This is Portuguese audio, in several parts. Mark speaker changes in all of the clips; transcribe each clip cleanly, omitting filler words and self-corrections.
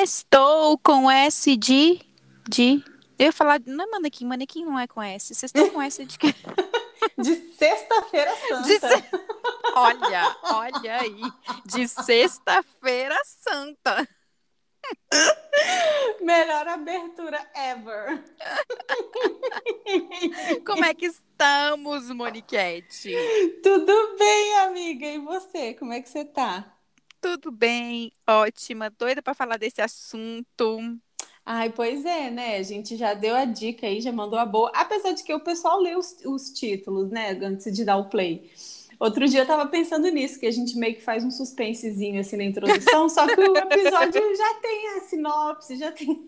Speaker 1: Sextou com S de. Eu ia falar, não é manequim, manequim não é com S. Sextou com S de quê?
Speaker 2: De Sexta-feira
Speaker 1: De
Speaker 2: Santa.
Speaker 1: se- olha aí, de Sexta-feira Santa.
Speaker 2: Melhor abertura ever.
Speaker 1: Como é que estamos, Moniquete?
Speaker 2: Tudo bem, amiga? E você? Como é que você tá?
Speaker 1: Tudo bem, ótima, doida para falar desse assunto.
Speaker 2: Ai, pois é, né? A gente já deu a dica aí, já mandou a boa. Apesar de que o pessoal lê os títulos, né? Antes de dar o play. Outro dia eu tava pensando nisso, que a gente meio que faz um suspensezinho assim na introdução, só que o episódio já tem a sinopse, já tem.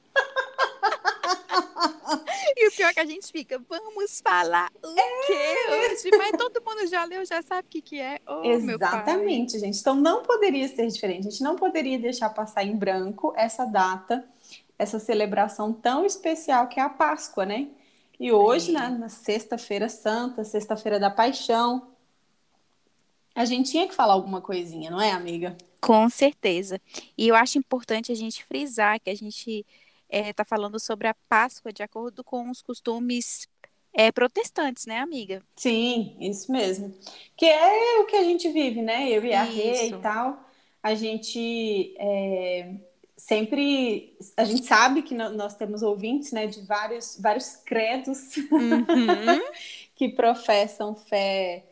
Speaker 1: E o pior é que a gente fica, vamos falar o quê hoje? Mas todo mundo já leu, já sabe o que que é. Oh, meu pai.
Speaker 2: Exatamente, gente. Então não poderia ser diferente. A gente não poderia deixar passar em branco essa data, essa celebração tão especial que é a Páscoa, né? E hoje,
Speaker 1: É,
Speaker 2: na Sexta-feira Santa, Sexta-feira da Paixão, a gente tinha que falar alguma coisinha, não é, amiga?
Speaker 1: com certeza. E eu acho importante a gente frisar que a gente está falando sobre a Páscoa de acordo com os costumes protestantes, né, amiga?
Speaker 2: Sim, isso mesmo. Que é o que a gente vive, né? Eu e a Rê e
Speaker 1: Isso.
Speaker 2: tal. A gente sempre. A gente sabe que nós temos ouvintes, né, de vários credos
Speaker 1: Uhum.
Speaker 2: que professam fé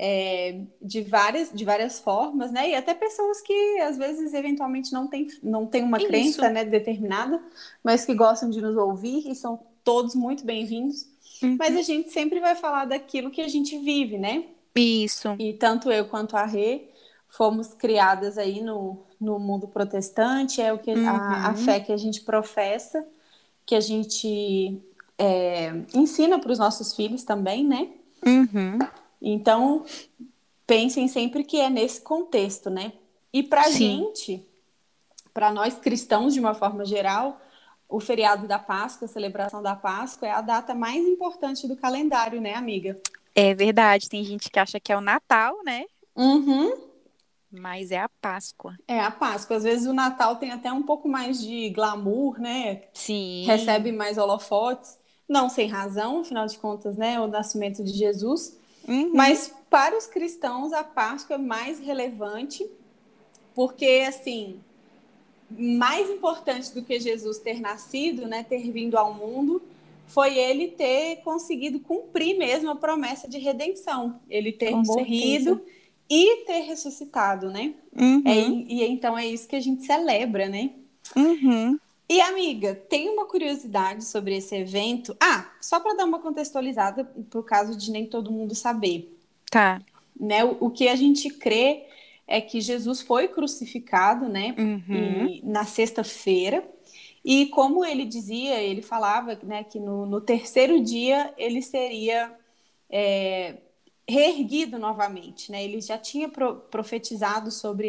Speaker 2: de várias formas, né? E até pessoas que às vezes eventualmente não tem uma crença,
Speaker 1: Isso.
Speaker 2: né, determinada, mas que gostam de nos ouvir e são todos muito bem-vindos. Mas
Speaker 1: Uhum.
Speaker 2: a gente sempre vai falar daquilo que a gente vive, né?
Speaker 1: Isso.
Speaker 2: E tanto eu quanto a Rê fomos criadas aí no mundo protestante, é o que a
Speaker 1: Uhum.
Speaker 2: fé que a gente professa, que a gente ensina para os nossos filhos também, né?
Speaker 1: Uhum.
Speaker 2: Então, pensem sempre que é nesse contexto, né? E para a
Speaker 1: Sim.
Speaker 2: gente, para nós cristãos de uma forma geral, o feriado da Páscoa, a celebração da Páscoa, é a data mais importante do calendário, né, amiga?
Speaker 1: É verdade. Tem gente que acha que é o Natal, né?
Speaker 2: Uhum.
Speaker 1: Mas é a Páscoa.
Speaker 2: É a Páscoa. Às vezes o Natal tem até um pouco mais de glamour, né? Recebe
Speaker 1: Sim.
Speaker 2: mais holofotes, não sem razão, afinal de contas, né? O nascimento de Jesus.
Speaker 1: Uhum.
Speaker 2: Mas para os cristãos a Páscoa é mais relevante, porque assim, mais importante do que Jesus ter nascido, né? Ter vindo ao mundo, foi ele ter conseguido cumprir mesmo a promessa de redenção, ele ter
Speaker 1: Com certeza.
Speaker 2: morrido e ter ressuscitado, né?
Speaker 1: Uhum.
Speaker 2: E então é isso que a gente celebra, né?
Speaker 1: Uhum.
Speaker 2: E amiga, tem uma curiosidade sobre esse evento. Ah, só para dar uma contextualizada, por caso de nem todo mundo saber,
Speaker 1: Tá.
Speaker 2: né? O que a gente crê é que Jesus foi crucificado, né?
Speaker 1: Uhum.
Speaker 2: E na sexta-feira. E como ele dizia, ele falava, né, que no terceiro dia ele seria é, reerguido novamente, né? Ele já tinha profetizado sobre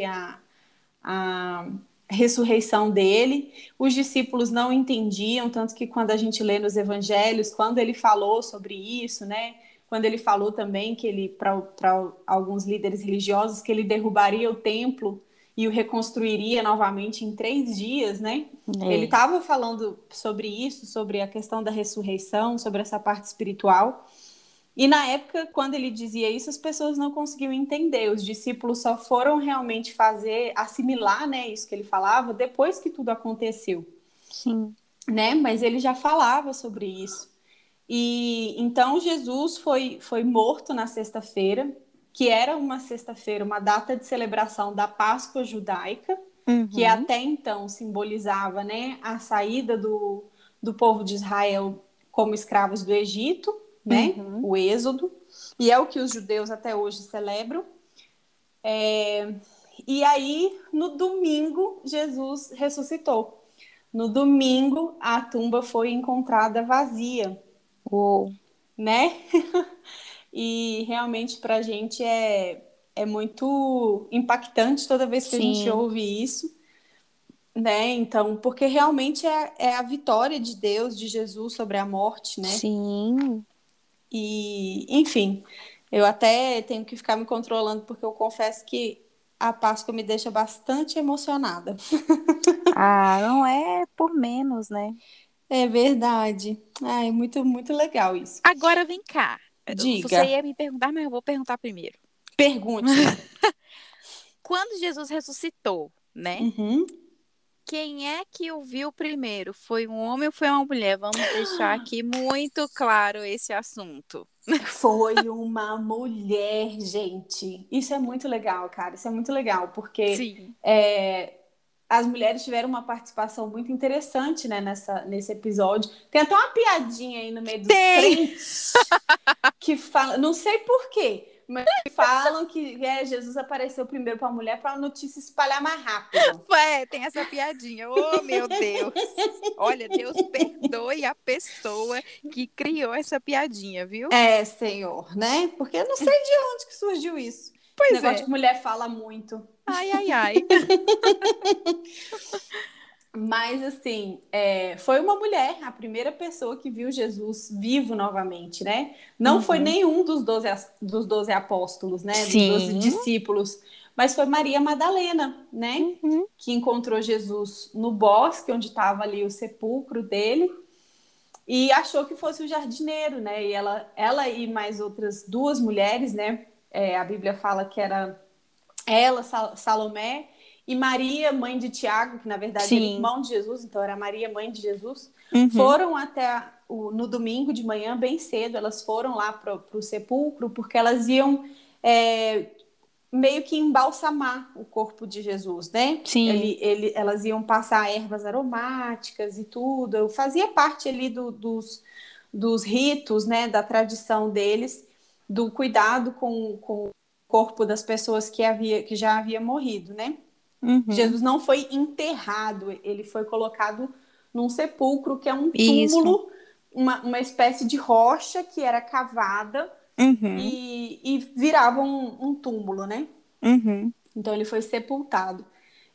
Speaker 2: a ressurreição dele. Os discípulos não entendiam, tanto que quando a gente lê nos evangelhos, quando ele falou sobre isso, né? Quando ele falou também que ele, para alguns líderes religiosos, que ele derrubaria o templo e o reconstruiria novamente em 3 dias, né? Ele
Speaker 1: É.
Speaker 2: estava falando sobre isso, sobre a questão da ressurreição, sobre essa parte espiritual. E na época, quando ele dizia isso, as pessoas não conseguiam entender. Os discípulos só foram realmente assimilar, né, isso que ele falava depois que tudo aconteceu,
Speaker 1: Sim.
Speaker 2: né? Mas ele já falava sobre isso. E então Jesus foi morto na sexta-feira, que era uma sexta-feira, uma data de celebração da Páscoa judaica, que
Speaker 1: Uhum.
Speaker 2: até então simbolizava, né, a saída do povo de Israel como escravos do Egito, né,
Speaker 1: Uhum.
Speaker 2: o Êxodo, e é o que os judeus até hoje celebram. E aí, no domingo, Jesus ressuscitou. No domingo, a tumba foi encontrada vazia,
Speaker 1: Uou.
Speaker 2: né? E realmente para a gente é muito impactante toda vez que a gente
Speaker 1: Sim.
Speaker 2: ouve isso, né? Então, porque realmente é a vitória de Deus, de Jesus sobre a morte, né?
Speaker 1: Sim.
Speaker 2: E, enfim, eu até tenho que ficar me controlando, porque eu confesso que a Páscoa me deixa bastante emocionada.
Speaker 1: Ah, não é por menos, né?
Speaker 2: É verdade. Ai, muito, muito legal isso.
Speaker 1: Agora vem cá.
Speaker 2: Diga,
Speaker 1: Você ia me perguntar, mas eu vou perguntar primeiro.
Speaker 2: pergunte-me.
Speaker 1: Quando Jesus ressuscitou, né?
Speaker 2: Uhum.
Speaker 1: Quem é que o viu primeiro? Foi um homem ou foi uma mulher? Vamos deixar aqui muito claro esse assunto.
Speaker 2: Foi uma mulher, gente. Isso é muito legal, cara. Isso é muito legal, porque
Speaker 1: Sim.
Speaker 2: as mulheres tiveram uma participação muito interessante, né, nesse episódio. Tem até uma piadinha aí no meio dos
Speaker 1: Tem!
Speaker 2: crentes que fala, não sei por quê, mas falam que Jesus apareceu primeiro para a mulher para a notícia espalhar mais rápido.
Speaker 1: É, tem essa piadinha. Oh, meu Deus. Olha, Deus perdoe a pessoa que criou essa piadinha, viu?
Speaker 2: É, Senhor, né? Porque eu não sei de onde que surgiu isso. Esse
Speaker 1: Pois
Speaker 2: negócio
Speaker 1: é.
Speaker 2: de mulher fala muito.
Speaker 1: Ai, ai, ai.
Speaker 2: Mas, assim, foi uma mulher, a primeira pessoa que viu Jesus vivo novamente, né? Não foi
Speaker 1: Uhum.
Speaker 2: nenhum dos 12 apóstolos, né? Dos 12
Speaker 1: Sim.
Speaker 2: discípulos, mas foi Maria Madalena, né?
Speaker 1: Uhum.
Speaker 2: Que encontrou Jesus no bosque, onde estava ali o sepulcro dele, e achou que fosse o jardineiro, né? E ela e mais outras duas mulheres, né? A Bíblia fala que era ela, Salomé e Maria, mãe de Tiago, que na verdade era
Speaker 1: Sim.
Speaker 2: irmão de Jesus, então era Maria, mãe de Jesus,
Speaker 1: Uhum.
Speaker 2: foram no domingo de manhã, bem cedo, elas foram lá para o sepulcro, porque elas iam meio que embalsamar o corpo de Jesus, né?
Speaker 1: Sim.
Speaker 2: Elas iam passar ervas aromáticas e tudo, fazia parte ali dos ritos, né, da tradição deles, do cuidado com o corpo das pessoas que já havia morrido, né?
Speaker 1: Uhum.
Speaker 2: Jesus não foi enterrado, ele foi colocado num sepulcro, que é um
Speaker 1: Isso.
Speaker 2: túmulo, uma espécie de rocha que era cavada
Speaker 1: Uhum.
Speaker 2: e virava um túmulo, né?
Speaker 1: Uhum.
Speaker 2: Então ele foi sepultado.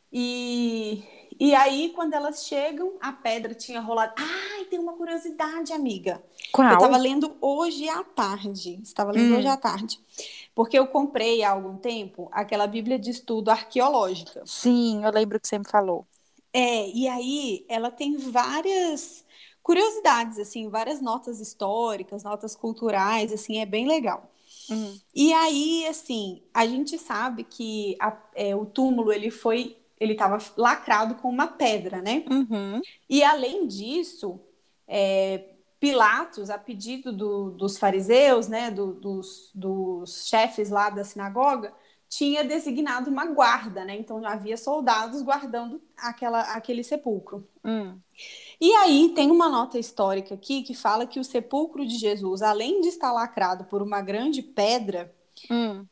Speaker 2: E, e aí, quando elas chegam, a pedra tinha rolado. Ai, tem uma curiosidade, amiga. Eu estava
Speaker 1: Qual?
Speaker 2: lendo hoje à tarde. Estava lendo hoje à
Speaker 1: Hum.
Speaker 2: tarde. Porque eu comprei há algum tempo aquela Bíblia de Estudo Arqueológica.
Speaker 1: Sim, eu lembro que você me falou.
Speaker 2: E aí ela tem várias curiosidades, assim, várias notas históricas, notas culturais, assim, é bem legal.
Speaker 1: Hum.
Speaker 2: E aí, assim, a gente sabe que o túmulo ele estava lacrado com uma pedra, né?
Speaker 1: Uhum.
Speaker 2: E além disso, Pilatos, a pedido dos fariseus, né, dos chefes lá da sinagoga, tinha designado uma guarda, né? Então havia soldados guardando aquele sepulcro.
Speaker 1: Hum.
Speaker 2: E aí tem uma nota histórica aqui que fala que o sepulcro de Jesus, além de estar lacrado por uma grande pedra,
Speaker 1: Hum.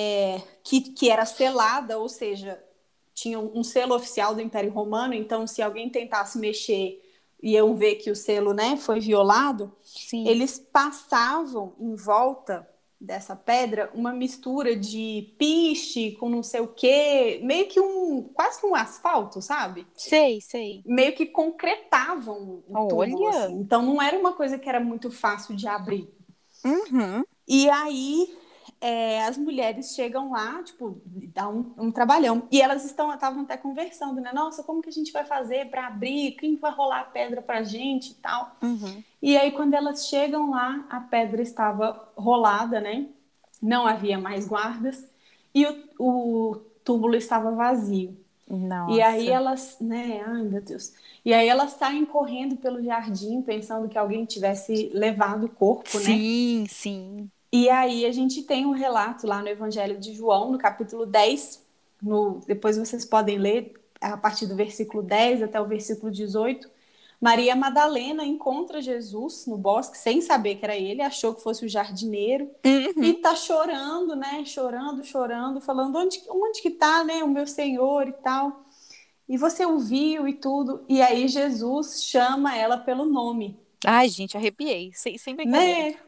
Speaker 2: que era selada, ou seja, tinha um selo oficial do Império Romano, então se alguém tentasse mexer, iam ver que o selo, né, foi violado,
Speaker 1: Sim.
Speaker 2: eles passavam em volta dessa pedra uma mistura de piche com não sei o quê, meio que quase que um asfalto, sabe?
Speaker 1: Sei, sei.
Speaker 2: Meio que concretavam o túmulo, assim.
Speaker 1: Olha.
Speaker 2: Então não era uma coisa que era muito fácil de abrir.
Speaker 1: Uhum.
Speaker 2: E aí as mulheres chegam lá, tipo, dá um trabalhão. E elas estavam até conversando, né? Nossa, como que a gente vai fazer para abrir? Quem vai rolar a pedra pra gente e tal?
Speaker 1: Uhum.
Speaker 2: E aí, quando elas chegam lá, a pedra estava rolada, né? Não havia mais guardas e o túmulo estava vazio. E aí
Speaker 1: Nossa.
Speaker 2: elas, né? Ai, meu Deus. E aí elas saem correndo pelo jardim, pensando que alguém tivesse levado o corpo, né?
Speaker 1: Sim, sim.
Speaker 2: E aí a gente tem um relato lá no Evangelho de João, no capítulo 10. Depois vocês podem ler a partir do versículo 10 até o versículo 18. Maria Madalena encontra Jesus no bosque, sem saber que era ele, achou que fosse o jardineiro, e
Speaker 1: Uhum.
Speaker 2: tá chorando, né? Chorando, chorando, falando onde que tá, né? O meu Senhor e tal. E você ouviu e tudo. E aí Jesus chama ela pelo nome,
Speaker 1: Ai, gente, arrepiei. Sem brincadeira.
Speaker 2: né?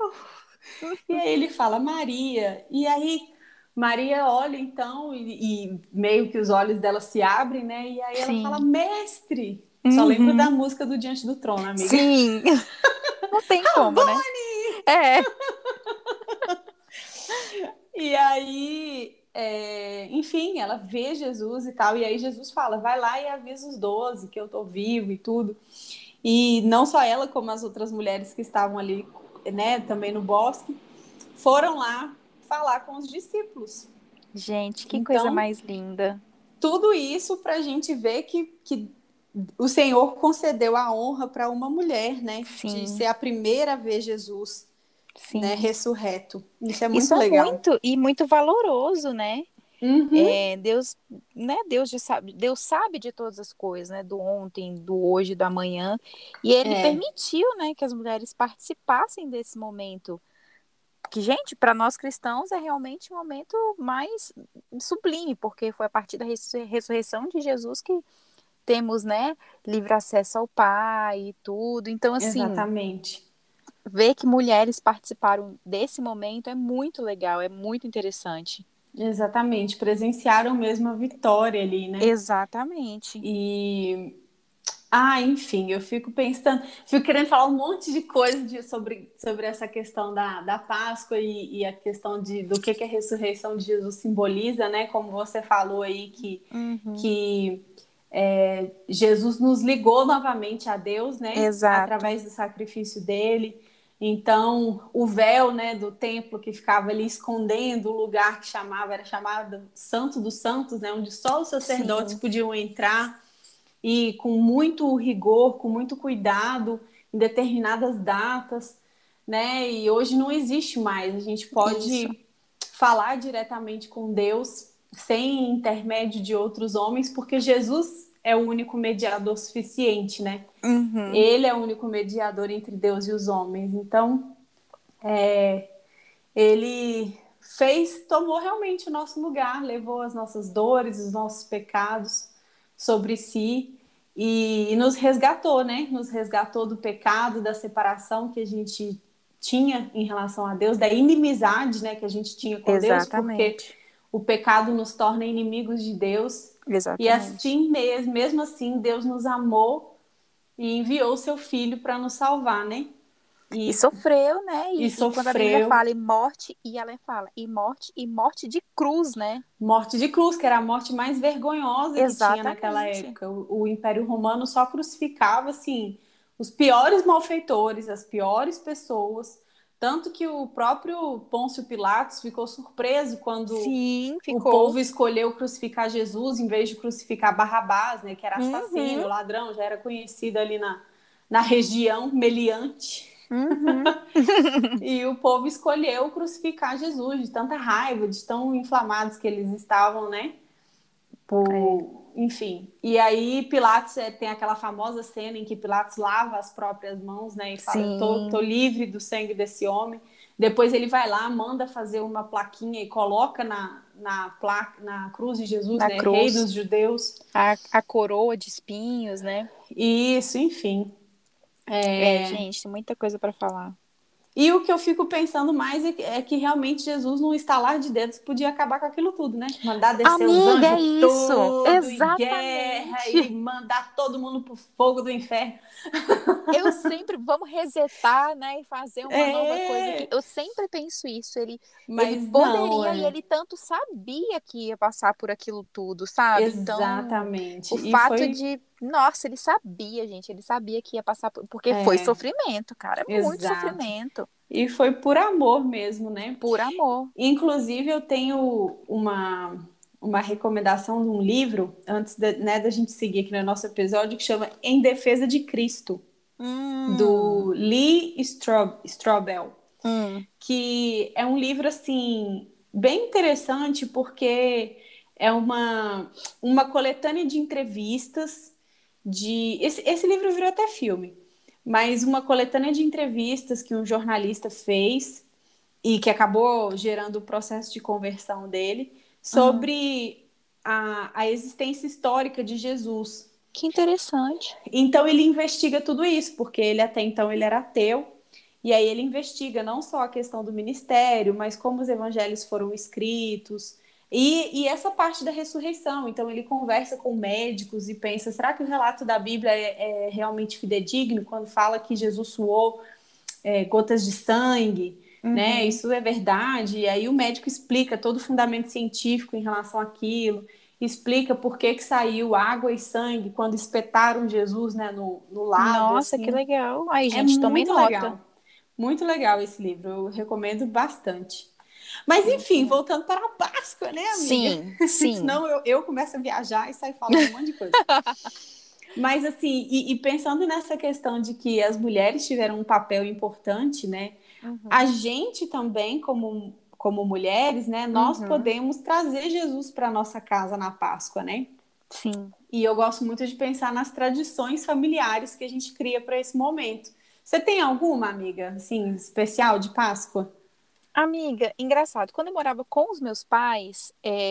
Speaker 2: E aí ele fala Maria. E aí Maria olha então e meio que os olhos dela se abrem, né? E aí ela fala
Speaker 1: Sim.
Speaker 2: mestre. Só lembro da
Speaker 1: Uhum.
Speaker 2: música do Diante do Trono, amiga.
Speaker 1: Sim. Não tem como, né?
Speaker 2: Rabone!
Speaker 1: É.
Speaker 2: E aí enfim, ela vê Jesus e tal, e aí Jesus fala, vai lá e avisa os 12 que eu tô vivo e tudo. E não só ela, como as outras mulheres que estavam ali, né, também no bosque, foram lá falar com os discípulos.
Speaker 1: Gente, que coisa
Speaker 2: Então,
Speaker 1: mais linda.
Speaker 2: tudo isso para a gente ver que o Senhor concedeu a honra para uma mulher, né, de
Speaker 1: Sim,
Speaker 2: ser a primeira a ver Jesus, né,
Speaker 1: sim.
Speaker 2: ressurreto. Isso é
Speaker 1: Isso
Speaker 2: muito
Speaker 1: é
Speaker 2: legal.
Speaker 1: muito e muito valoroso, né?
Speaker 2: Uhum,
Speaker 1: Deus, né? Deus sabe de todas as coisas, né? Do ontem, do hoje, do amanhã. E Ele
Speaker 2: é,
Speaker 1: permitiu, né, que as mulheres participassem desse momento. Que, gente, para nós cristãos é realmente um momento mais sublime, porque foi a partir da ressurreição de Jesus que temos, né, livre acesso ao Pai e tudo. Então, assim,
Speaker 2: exatamente.
Speaker 1: ver que mulheres participaram desse momento é muito legal, é muito interessante.
Speaker 2: Exatamente, presenciaram mesmo a vitória ali, né?
Speaker 1: Exatamente.
Speaker 2: E enfim, eu fico pensando, fico querendo falar um monte de coisa sobre essa questão da Páscoa e a questão do que a ressurreição de Jesus simboliza, né? Como você falou aí,
Speaker 1: Uhum.
Speaker 2: que Jesus nos ligou novamente a Deus, né?
Speaker 1: Exato.
Speaker 2: Através do sacrifício dele. Então, o véu, né, do templo que ficava ali escondendo o lugar que era chamado Santo dos Santos, né? Onde só os sacerdotes
Speaker 1: Sim,
Speaker 2: podiam entrar e com muito rigor, com muito cuidado em determinadas datas, né? E hoje não existe mais. A gente
Speaker 1: isso.
Speaker 2: pode falar diretamente com Deus sem intermédio de outros homens, porque Jesus é o único mediador suficiente, né?
Speaker 1: Uhum.
Speaker 2: Ele é o único mediador entre Deus e os homens. Então, ele tomou realmente o nosso lugar, levou as nossas dores, os nossos pecados sobre si e nos resgatou, né? Nos resgatou do pecado, da separação que a gente tinha em relação a Deus, da inimizade, né, que a gente tinha com Deus, porque
Speaker 1: Exatamente.
Speaker 2: o pecado nos torna inimigos de Deus. E
Speaker 1: Exatamente.
Speaker 2: assim mesmo assim, Deus nos amou e enviou o seu filho para nos salvar, né?
Speaker 1: E
Speaker 2: E,
Speaker 1: sofreu, né?
Speaker 2: e
Speaker 1: E quando a Bíblia
Speaker 2: sofreu
Speaker 1: fala em morte, e ela fala e morte de cruz, né?
Speaker 2: morte de cruz, que era a morte mais vergonhosa que tinha naquela
Speaker 1: Exatamente.
Speaker 2: época. O Império Romano só crucificava assim os piores malfeitores, as piores pessoas, tanto que o próprio Pôncio Pilatos ficou surpreso quando
Speaker 1: Sim,
Speaker 2: o
Speaker 1: ficou.
Speaker 2: povo escolheu crucificar Jesus em vez de crucificar Barrabás, né, que era
Speaker 1: Uhum,
Speaker 2: assassino, ladrão, já era conhecido ali na região meliante.
Speaker 1: uhum.
Speaker 2: E o povo escolheu crucificar Jesus de tanta raiva, de tão inflamados que eles estavam, né?
Speaker 1: É,
Speaker 2: Enfim. E aí Pilatos tem aquela famosa cena em que Pilatos lava as próprias mãos, né? E fala, tô
Speaker 1: sim,
Speaker 2: livre do sangue desse homem. Depois ele vai lá, manda fazer uma plaquinha e coloca na cruz de Jesus,
Speaker 1: na
Speaker 2: né? Rei
Speaker 1: cruz.
Speaker 2: dos judeus.
Speaker 1: A coroa de espinhos, né?
Speaker 2: Isso, enfim.
Speaker 1: É, gente, tem muita coisa para falar.
Speaker 2: E o que eu fico pensando mais é que realmente Jesus, num estalar de dedos, podia acabar com aquilo tudo, né? Mandar descer os
Speaker 1: Amiga, é
Speaker 2: anjos
Speaker 1: isso.
Speaker 2: tudo e guerra e
Speaker 1: Exatamente.
Speaker 2: mandar todo mundo pro fogo do inferno.
Speaker 1: Eu sempre, vamos resetar, né, e fazer uma nova coisa aqui.
Speaker 2: É,
Speaker 1: Eu sempre penso isso. Ele
Speaker 2: mas não,
Speaker 1: poderia e ele tanto sabia que ia passar por aquilo tudo, sabe? Então,
Speaker 2: exatamente.
Speaker 1: o
Speaker 2: E
Speaker 1: fato
Speaker 2: foi,
Speaker 1: de, nossa, ele sabia, gente, ele sabia que ia passar porque foi
Speaker 2: é,
Speaker 1: sofrimento, cara, é muito
Speaker 2: exato.
Speaker 1: sofrimento,
Speaker 2: E foi por amor mesmo, né?
Speaker 1: por amor.
Speaker 2: Inclusive, eu tenho uma recomendação de um livro, antes né, da gente seguir aqui no nosso episódio, que chama Em Defesa de Cristo, do
Speaker 1: Hum,
Speaker 2: Lee Strobel,
Speaker 1: hum,
Speaker 2: que é um livro assim bem interessante porque é uma coletânea de entrevistas esse livro virou até filme, mas uma coletânea de entrevistas que um jornalista fez e que acabou gerando o processo de conversão dele
Speaker 1: hum.
Speaker 2: sobre a existência histórica de Jesus.
Speaker 1: Que interessante.
Speaker 2: Então ele investiga tudo isso, porque ele até então ele era ateu, e aí ele investiga não só a questão do ministério, mas como os evangelhos foram escritos, e essa parte da ressurreição. Então ele conversa com médicos e pensa, será que o relato da Bíblia é realmente fidedigno quando fala que Jesus suou gotas de sangue? né?
Speaker 1: Uhum.
Speaker 2: Isso é verdade. E aí o médico explica todo o fundamento científico em relação àquilo, explica por que que saiu água e sangue quando espetaram Jesus, né, no lado,
Speaker 1: Nossa, que
Speaker 2: assim.
Speaker 1: legal. Aí,
Speaker 2: É
Speaker 1: gente, tomem
Speaker 2: muito
Speaker 1: nota.
Speaker 2: legal. Muito legal esse livro, eu recomendo bastante. Mas
Speaker 1: Muito
Speaker 2: enfim,
Speaker 1: legal.
Speaker 2: voltando para a Páscoa, né, amiga?
Speaker 1: Sim, sim.
Speaker 2: Senão eu começo a viajar e saio falando um monte de coisa. Mas assim, e pensando nessa questão de que as mulheres tiveram um papel importante, né? A
Speaker 1: Uhum.
Speaker 2: gente também, como mulheres, né? Nós
Speaker 1: Uhum.
Speaker 2: podemos trazer Jesus para nossa casa na Páscoa, né?
Speaker 1: Sim.
Speaker 2: E eu gosto muito de pensar nas tradições familiares que a gente cria para esse momento. Você tem alguma, amiga, assim, especial de Páscoa?
Speaker 1: Amiga, engraçado, quando eu morava com os meus pais,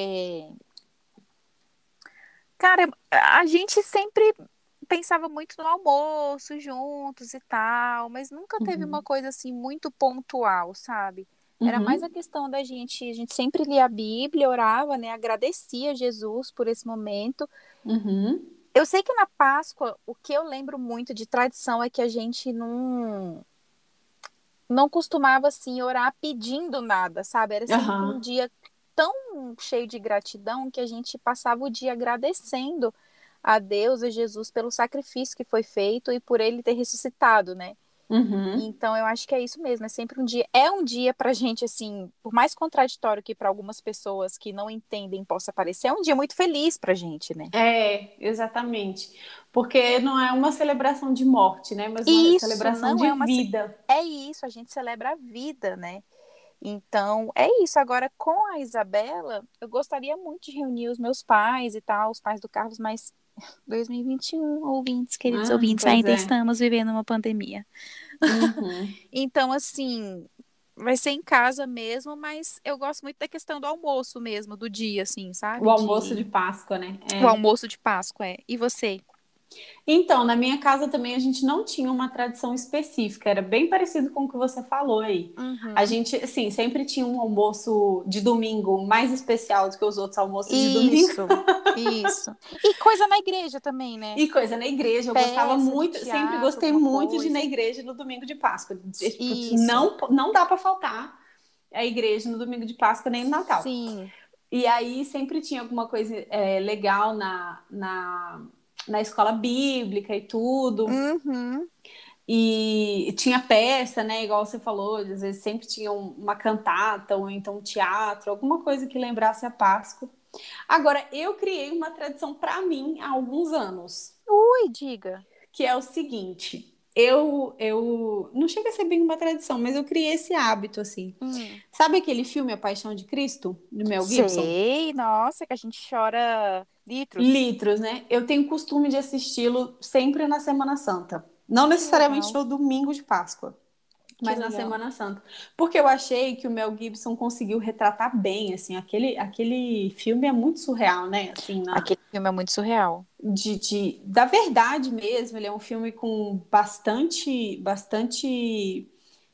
Speaker 1: cara, a gente sempre pensava muito no almoço juntos e tal, mas nunca teve uma
Speaker 2: Uhum.
Speaker 1: coisa assim muito pontual, sabe? Era mais a
Speaker 2: Uhum.
Speaker 1: questão da gente, a gente sempre lia a Bíblia, orava, né? Agradecia a Jesus por esse momento.
Speaker 2: Uhum.
Speaker 1: Eu sei que na Páscoa, o que eu lembro muito de tradição é que a gente não costumava assim orar pedindo nada, sabe? Era sempre um
Speaker 2: Aham.
Speaker 1: dia tão cheio de gratidão que a gente passava o dia agradecendo a Deus, a Jesus, pelo sacrifício que foi feito e por ele ter ressuscitado, né?
Speaker 2: Uhum.
Speaker 1: Então eu acho que é isso mesmo, é sempre um dia, é um dia pra gente assim, por mais contraditório que para algumas pessoas que não entendem possa parecer, é um dia muito feliz pra gente, né?
Speaker 2: É, exatamente. Porque não é uma celebração de morte, né? Mas uma
Speaker 1: E isso
Speaker 2: celebração
Speaker 1: não
Speaker 2: de
Speaker 1: é uma
Speaker 2: vida.
Speaker 1: é isso, a gente celebra a vida, né? Então, é isso. Agora, com a Isabela, eu gostaria muito de reunir os meus pais e tal, os pais do Carlos, mas 2021, ouvintes, queridos
Speaker 2: Ah,
Speaker 1: ouvintes,
Speaker 2: pois
Speaker 1: ainda
Speaker 2: é.
Speaker 1: estamos vivendo uma pandemia.
Speaker 2: Uhum.
Speaker 1: Então, assim, vai ser em casa mesmo, mas eu gosto muito da questão do almoço mesmo, do dia, assim,
Speaker 2: O
Speaker 1: sabe?
Speaker 2: almoço de
Speaker 1: De
Speaker 2: Páscoa, né?
Speaker 1: o
Speaker 2: É.
Speaker 1: almoço de Páscoa, é. E você?
Speaker 2: Então, na minha casa também a gente não tinha uma tradição específica, era bem parecido com o que você falou aí. A
Speaker 1: Uhum.
Speaker 2: gente, assim, sempre tinha um almoço de domingo mais especial do que os outros almoços de domingo.
Speaker 1: Isso, isso. E coisa na igreja também, né?
Speaker 2: E coisa na igreja, eu gostava
Speaker 1: Peça de
Speaker 2: muito, sempre
Speaker 1: teatro,
Speaker 2: gostei
Speaker 1: alguma
Speaker 2: muito de ir na
Speaker 1: coisa.
Speaker 2: igreja no domingo de Páscoa. Tipo,
Speaker 1: Isso.
Speaker 2: não dá para faltar a igreja no domingo de Páscoa nem no Natal.
Speaker 1: Sim.
Speaker 2: E aí sempre tinha alguma coisa legal na escola bíblica e tudo.
Speaker 1: Uhum.
Speaker 2: E tinha peça, né? Igual você falou, às vezes sempre tinha uma cantata ou então um teatro, alguma coisa que lembrasse a Páscoa. Agora, eu criei uma tradição para mim há alguns anos,
Speaker 1: Ui, diga.
Speaker 2: que é o seguinte. Eu não chega a ser bem uma tradição, mas eu criei esse hábito assim.
Speaker 1: Hum.
Speaker 2: Sabe aquele filme A Paixão de Cristo, do Mel Gibson?
Speaker 1: Sei, nossa, que a gente chora litros.
Speaker 2: Litros, né? Eu tenho costume de assisti-lo sempre na Semana Santa. Não
Speaker 1: Que
Speaker 2: necessariamente
Speaker 1: legal,
Speaker 2: no domingo de Páscoa,
Speaker 1: que
Speaker 2: mas na
Speaker 1: legal.
Speaker 2: Semana Santa. Porque eu achei que o Mel Gibson conseguiu retratar bem, assim, aquele filme é muito surreal, né? Assim,
Speaker 1: Aquele filme é muito surreal.
Speaker 2: da verdade mesmo, ele é um filme com bastante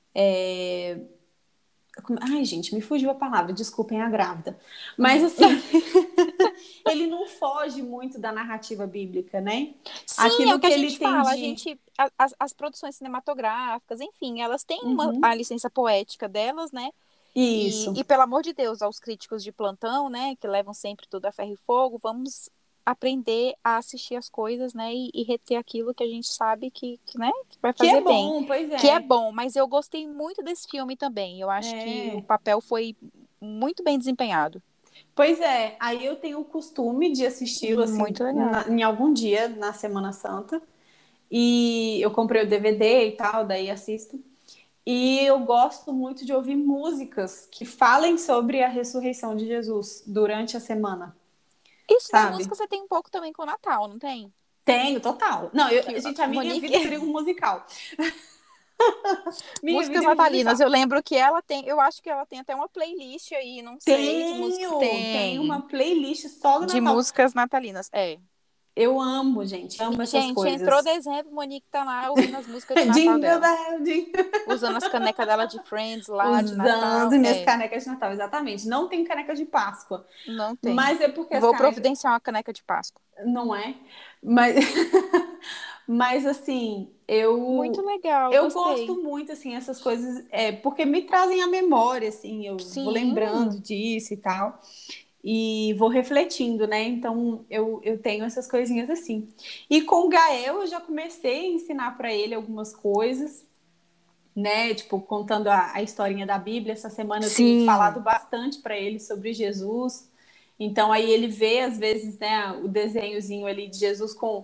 Speaker 2: ai, gente, me fugiu a palavra, desculpem a grávida. Mas
Speaker 1: Hum.
Speaker 2: assim, ele não foge muito da narrativa bíblica, né?
Speaker 1: Sim, é o
Speaker 2: Aquilo
Speaker 1: que a
Speaker 2: que ele
Speaker 1: gente
Speaker 2: tem
Speaker 1: fala. A
Speaker 2: de.
Speaker 1: gente, as produções cinematográficas, enfim, elas têm a
Speaker 2: Uhum,
Speaker 1: licença poética delas, né? E
Speaker 2: isso.
Speaker 1: pelo amor de Deus, aos críticos de plantão, né, que levam sempre tudo a ferro e fogo, vamos aprender a assistir as coisas, né, e reter aquilo que a gente sabe né, que vai
Speaker 2: Que
Speaker 1: fazer
Speaker 2: é
Speaker 1: bem.
Speaker 2: bom, pois
Speaker 1: Que é
Speaker 2: é.
Speaker 1: bom, mas eu gostei muito desse filme também. Eu acho que o
Speaker 2: É.
Speaker 1: papel foi muito bem desempenhado.
Speaker 2: Pois é, aí eu tenho o costume de assisti-lo assim
Speaker 1: Muito legal.
Speaker 2: em algum dia na Semana Santa. E eu comprei o DVD e tal, daí assisto. E eu gosto muito de ouvir músicas que falem sobre a ressurreição de Jesus durante a semana,
Speaker 1: Isso da
Speaker 2: sabe?
Speaker 1: música você tem um pouco também com o Natal, não tem?
Speaker 2: Tenho, total. Não,
Speaker 1: Que
Speaker 2: gente, a minha
Speaker 1: Monique,
Speaker 2: vida seria um musical. Minha
Speaker 1: músicas
Speaker 2: vida é um
Speaker 1: natalinas,
Speaker 2: musical.
Speaker 1: eu lembro que ela tem, eu acho que ela tem até uma playlist aí, não sei, de música.
Speaker 2: Tenho
Speaker 1: Tem.
Speaker 2: uma playlist só do
Speaker 1: De
Speaker 2: Natal.
Speaker 1: músicas natalinas. É.
Speaker 2: Eu amo, gente, amo essas
Speaker 1: Gente, entrou
Speaker 2: coisas.
Speaker 1: dezembro, Monique tá lá ouvindo as músicas de Natal
Speaker 2: Jingle
Speaker 1: dela.
Speaker 2: bell, jingle.
Speaker 1: Usando as canecas dela de Friends lá, de
Speaker 2: Usando
Speaker 1: Natal.
Speaker 2: minhas
Speaker 1: É,
Speaker 2: canecas de Natal, exatamente. Não tem caneca de Páscoa,
Speaker 1: não tem.
Speaker 2: mas é porque as
Speaker 1: Vou
Speaker 2: canecas
Speaker 1: providenciar uma caneca de Páscoa.
Speaker 2: não é, mas Mas assim,
Speaker 1: Muito legal,
Speaker 2: eu
Speaker 1: gostei.
Speaker 2: gosto muito assim essas coisas, porque me trazem à memória, assim, eu vou lembrando
Speaker 1: Sim,
Speaker 2: disso e tal. E vou refletindo, né? Então eu tenho essas coisinhas assim. E com o Gael eu já comecei a ensinar para ele algumas coisas, né? Tipo, contando a historinha da Bíblia. Essa semana eu tenho falado
Speaker 1: sim.
Speaker 2: bastante para ele sobre Jesus. Então aí ele vê, às vezes, né, o desenhozinho ali de Jesus com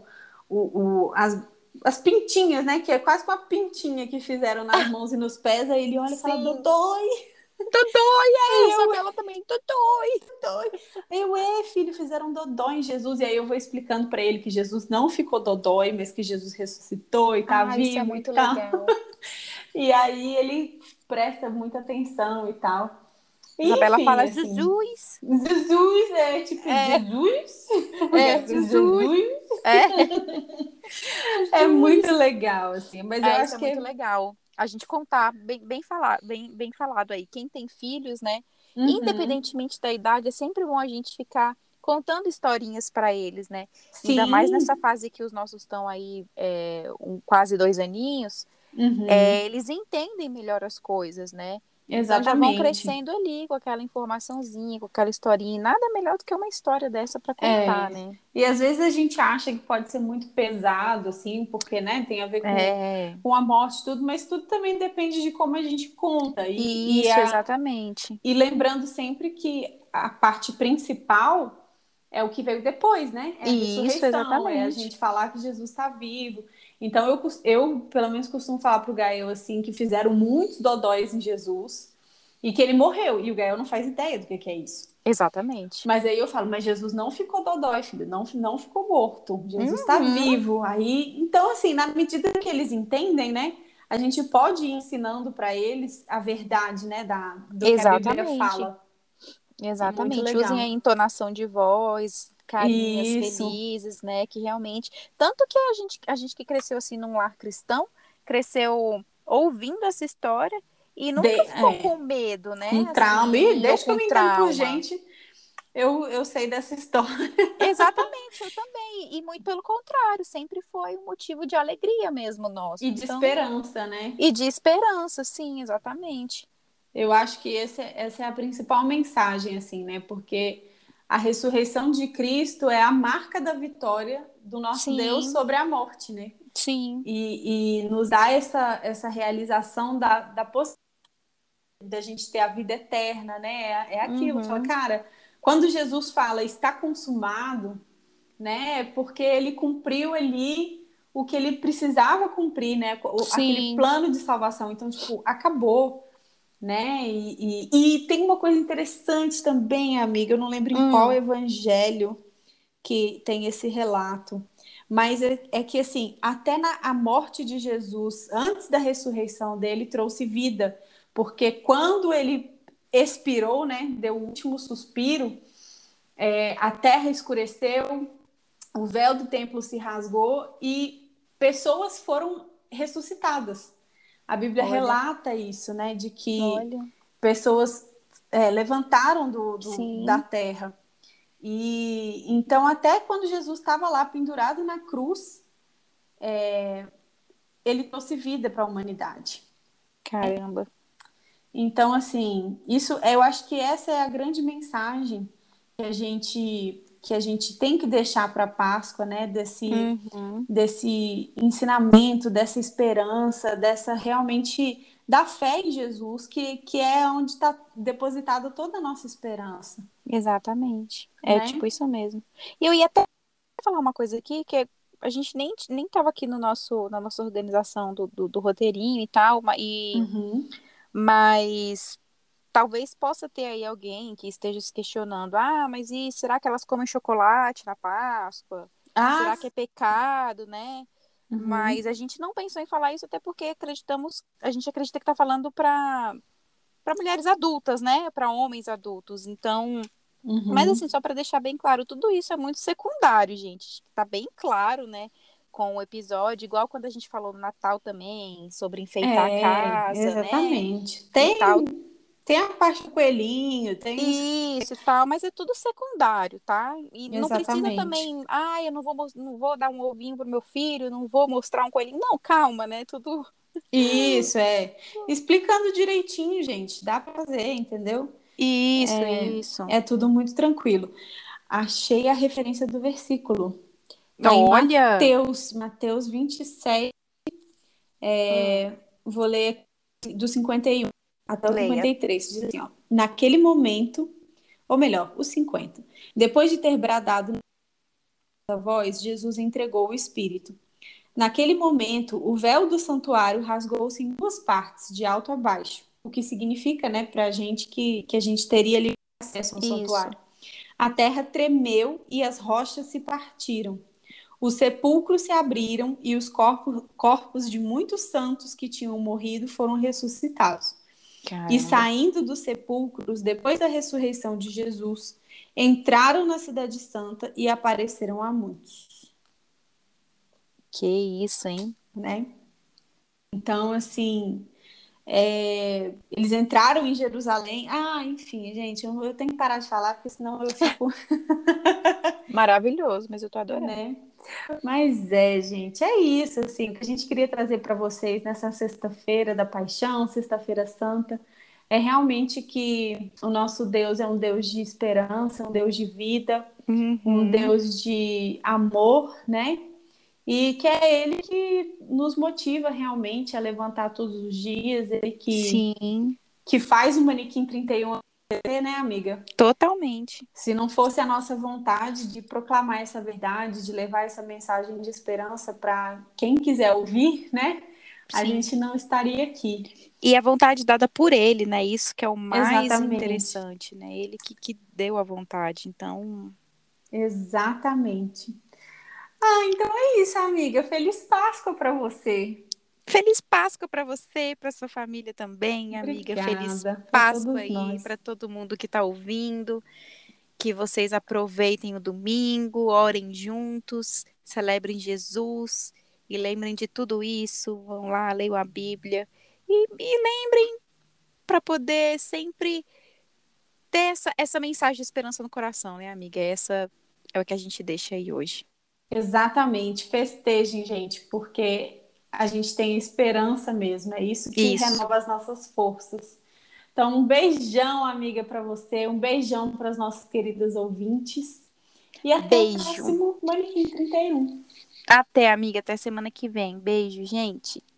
Speaker 2: as pintinhas, né? Que é quase uma pintinha que fizeram nas mãos e nos pés. Aí ele olha e fala,
Speaker 1: Sim.
Speaker 2: Dodói!
Speaker 1: Dodói,
Speaker 2: Aí eu,
Speaker 1: Isabela também, Dodói.
Speaker 2: Dodói. Filho, fizeram dodói em Jesus. E aí eu vou explicando para ele que Jesus não ficou dodói, mas que Jesus ressuscitou e tá
Speaker 1: Ah, isso é
Speaker 2: vivo e
Speaker 1: muito
Speaker 2: tal.
Speaker 1: legal.
Speaker 2: E aí ele presta muita atenção e tal.
Speaker 1: Isabela
Speaker 2: Enfim,
Speaker 1: fala
Speaker 2: assim,
Speaker 1: Jesus.
Speaker 2: Jesus é tipo
Speaker 1: É,
Speaker 2: Jesus?
Speaker 1: Jesus.
Speaker 2: Jesus
Speaker 1: É,
Speaker 2: é muito
Speaker 1: Jesus.
Speaker 2: legal, assim, mas eu
Speaker 1: Isso
Speaker 2: acho
Speaker 1: é
Speaker 2: que
Speaker 1: muito legal. A gente contar bem falado aí. Quem tem filhos, né?
Speaker 2: uhum,
Speaker 1: Independentemente da idade, é sempre bom a gente ficar contando historinhas para eles, né? Ainda mais nessa
Speaker 2: sim,
Speaker 1: fase que os nossos estão aí, quase 2 aninhos.
Speaker 2: uhum,
Speaker 1: Eles entendem melhor as coisas, né? Então já vão
Speaker 2: exatamente.
Speaker 1: crescendo ali com aquela informaçãozinha, com aquela historinha. Nada melhor do que uma história dessa para contar,
Speaker 2: É.
Speaker 1: né?
Speaker 2: E às vezes a gente acha que pode ser muito pesado, assim, porque, né, tem a ver
Speaker 1: É,
Speaker 2: com a morte e tudo, mas tudo também depende de como a gente conta.
Speaker 1: isso, exatamente.
Speaker 2: E lembrando sempre que a parte principal é o que veio depois, né? É a
Speaker 1: Isso,
Speaker 2: ressurreição, é a
Speaker 1: exatamente.
Speaker 2: gente falar que Jesus está vivo. Então, eu, pelo menos, costumo falar para o Gael, assim, que fizeram muitos dodóis em Jesus e que ele morreu. E o Gael não faz ideia do que é isso.
Speaker 1: Exatamente.
Speaker 2: Mas aí eu falo, mas Jesus não ficou dodói, filho, não ficou morto. Jesus está
Speaker 1: Uhum,
Speaker 2: vivo. Aí, então, assim, na medida que eles entendem, né? A gente pode ir ensinando para eles a verdade, né, do que a Bíblia
Speaker 1: exatamente.
Speaker 2: fala. É muito
Speaker 1: Exatamente. Usem a
Speaker 2: legal.
Speaker 1: entonação de voz, carinhas
Speaker 2: Isso.
Speaker 1: felizes, né? Que realmente. Tanto que a gente que cresceu assim num lar cristão, cresceu ouvindo essa história e nunca ficou com medo,
Speaker 2: Com
Speaker 1: né?
Speaker 2: trauma. E
Speaker 1: Assim, ou
Speaker 2: desde que eu
Speaker 1: com
Speaker 2: me entendo por
Speaker 1: trauma.
Speaker 2: gente, eu sei dessa história.
Speaker 1: Exatamente, eu também. E muito pelo contrário, sempre foi um motivo de alegria mesmo nosso.
Speaker 2: E de
Speaker 1: Então,
Speaker 2: esperança, né?
Speaker 1: e de esperança, sim, exatamente.
Speaker 2: Eu acho que essa é a principal mensagem, assim, né? Porque a ressurreição de Cristo é a marca da vitória do nosso Deus
Speaker 1: Sim,
Speaker 2: sobre a morte, né?
Speaker 1: sim.
Speaker 2: E nos dá essa realização da possibilidade da gente ter a vida eterna, né? É aquilo. Você fala,
Speaker 1: Uhum.
Speaker 2: cara, quando Jesus fala está consumado, né? Porque ele cumpriu ali o que ele precisava cumprir, né? Aquele
Speaker 1: Sim.
Speaker 2: plano de salvação. Então, tipo, acabou, né? E tem uma coisa interessante também, amiga. Eu não lembro em qual
Speaker 1: Hum,
Speaker 2: evangelho que tem esse relato. Mas é que, assim, até a morte de Jesus, antes da ressurreição dele, trouxe vida. Porque quando ele expirou, né? Deu o último suspiro, a terra escureceu, o véu do templo se rasgou e pessoas foram ressuscitadas. A Bíblia
Speaker 1: olha,
Speaker 2: relata isso, né? De que
Speaker 1: olha.
Speaker 2: pessoas levantaram da
Speaker 1: Sim,
Speaker 2: terra. E então, até quando Jesus estava lá pendurado na cruz, ele trouxe vida para a humanidade.
Speaker 1: caramba.
Speaker 2: Então, assim, isso eu acho que essa é a grande mensagem que a gente tem que deixar para a Páscoa, né?
Speaker 1: Uhum,
Speaker 2: Desse ensinamento, dessa esperança, dessa realmente da fé em Jesus, que é onde está depositada toda a nossa esperança,
Speaker 1: exatamente. É
Speaker 2: né?
Speaker 1: tipo isso mesmo. E eu ia até falar uma coisa aqui, que a gente nem tava aqui no na nossa organização do roteirinho e tal,
Speaker 2: Uhum.
Speaker 1: mas talvez possa ter aí alguém que esteja se questionando: ah, mas e será que elas comem chocolate na Páscoa?
Speaker 2: Ah,
Speaker 1: Será que é pecado, né? Mas
Speaker 2: uhum,
Speaker 1: a gente não pensou em falar isso até porque a gente acredita que está falando para mulheres adultas, né? Para homens adultos. Então, mas assim,
Speaker 2: uhum.
Speaker 1: só para deixar bem claro, tudo isso é muito secundário, gente. Tá bem claro, né? Com o episódio, igual quando a gente falou no Natal também, sobre enfeitar a casa, né?
Speaker 2: Exatamente.
Speaker 1: E tal.
Speaker 2: Tem a parte do coelhinho, tem os...
Speaker 1: Isso e tal, mas é tudo secundário, tá? E não precisa
Speaker 2: Exatamente.
Speaker 1: também, eu não vou dar um ovinho pro meu filho, não vou mostrar um coelhinho. Não, calma, né? Tudo.
Speaker 2: Isso, é. Explicando direitinho, gente, dá pra fazer, entendeu?
Speaker 1: Isso, isso.
Speaker 2: É tudo muito tranquilo. Achei a referência do versículo. Tá em
Speaker 1: Olha,
Speaker 2: Mateus 27, vou ler do 51 até o
Speaker 1: leia.
Speaker 2: 53. Diz assim, ó. Naquele momento, ou melhor, o 50. Depois de ter bradado na voz, Jesus entregou o Espírito. Naquele momento, o véu do santuário rasgou-se em duas partes, de alto a baixo, o que significa, né, para a gente que a gente teria ali acesso ao
Speaker 1: Isso.
Speaker 2: santuário. A terra tremeu e as rochas se partiram. Os sepulcros se abriram e os corpos de muitos santos que tinham morrido foram ressuscitados. E
Speaker 1: Caramba,
Speaker 2: saindo dos sepulcros, depois da ressurreição de Jesus, entraram na Cidade Santa e apareceram a muitos,
Speaker 1: que isso, hein?
Speaker 2: né? Então, assim, eles entraram em Jerusalém. Enfim, gente, eu tenho que parar de falar, porque senão eu fico,
Speaker 1: Maravilhoso, mas eu tô adorando.
Speaker 2: né? Mas gente, é isso, assim, o que a gente queria trazer para vocês nessa sexta-feira da Paixão, Sexta-feira Santa, é realmente que o nosso Deus é um Deus de esperança, um Deus de vida, um
Speaker 1: Uhum.
Speaker 2: Deus de amor, né? E que é Ele que nos motiva realmente a levantar todos os dias, Ele
Speaker 1: Sim,
Speaker 2: que faz o Manequim 31 acontecer, né, amiga?
Speaker 1: totalmente.
Speaker 2: Se não fosse a nossa vontade de proclamar essa verdade, de levar essa mensagem de esperança para quem quiser ouvir, né? A
Speaker 1: Sim.
Speaker 2: gente não estaria aqui.
Speaker 1: E a vontade dada por ele, né? Isso que é o mais
Speaker 2: Exatamente.
Speaker 1: interessante, né? Ele que deu a vontade. Então,
Speaker 2: Exatamente. Então é isso, amiga. Feliz Páscoa para você.
Speaker 1: feliz Páscoa para você, para sua família também, amiga. Feliz
Speaker 2: Obrigada para
Speaker 1: Páscoa
Speaker 2: todos
Speaker 1: aí
Speaker 2: nós.
Speaker 1: para todo mundo que está ouvindo. Que vocês aproveitem o domingo, orem juntos, celebrem Jesus e lembrem de tudo isso. Vão lá, leiam a Bíblia e lembrem para poder sempre ter essa mensagem de esperança no coração, né, amiga? Essa é o que a gente deixa aí hoje.
Speaker 2: Exatamente. Festejem, gente, porque a gente tem esperança mesmo. É isso que
Speaker 1: Isso.
Speaker 2: renova as nossas forças. Então, um beijão, amiga, para você, um beijão para as nossas queridas ouvintes e até o
Speaker 1: Beijo.
Speaker 2: próximo Manequim 31.
Speaker 1: Até, amiga. Até semana que vem. Beijo, gente.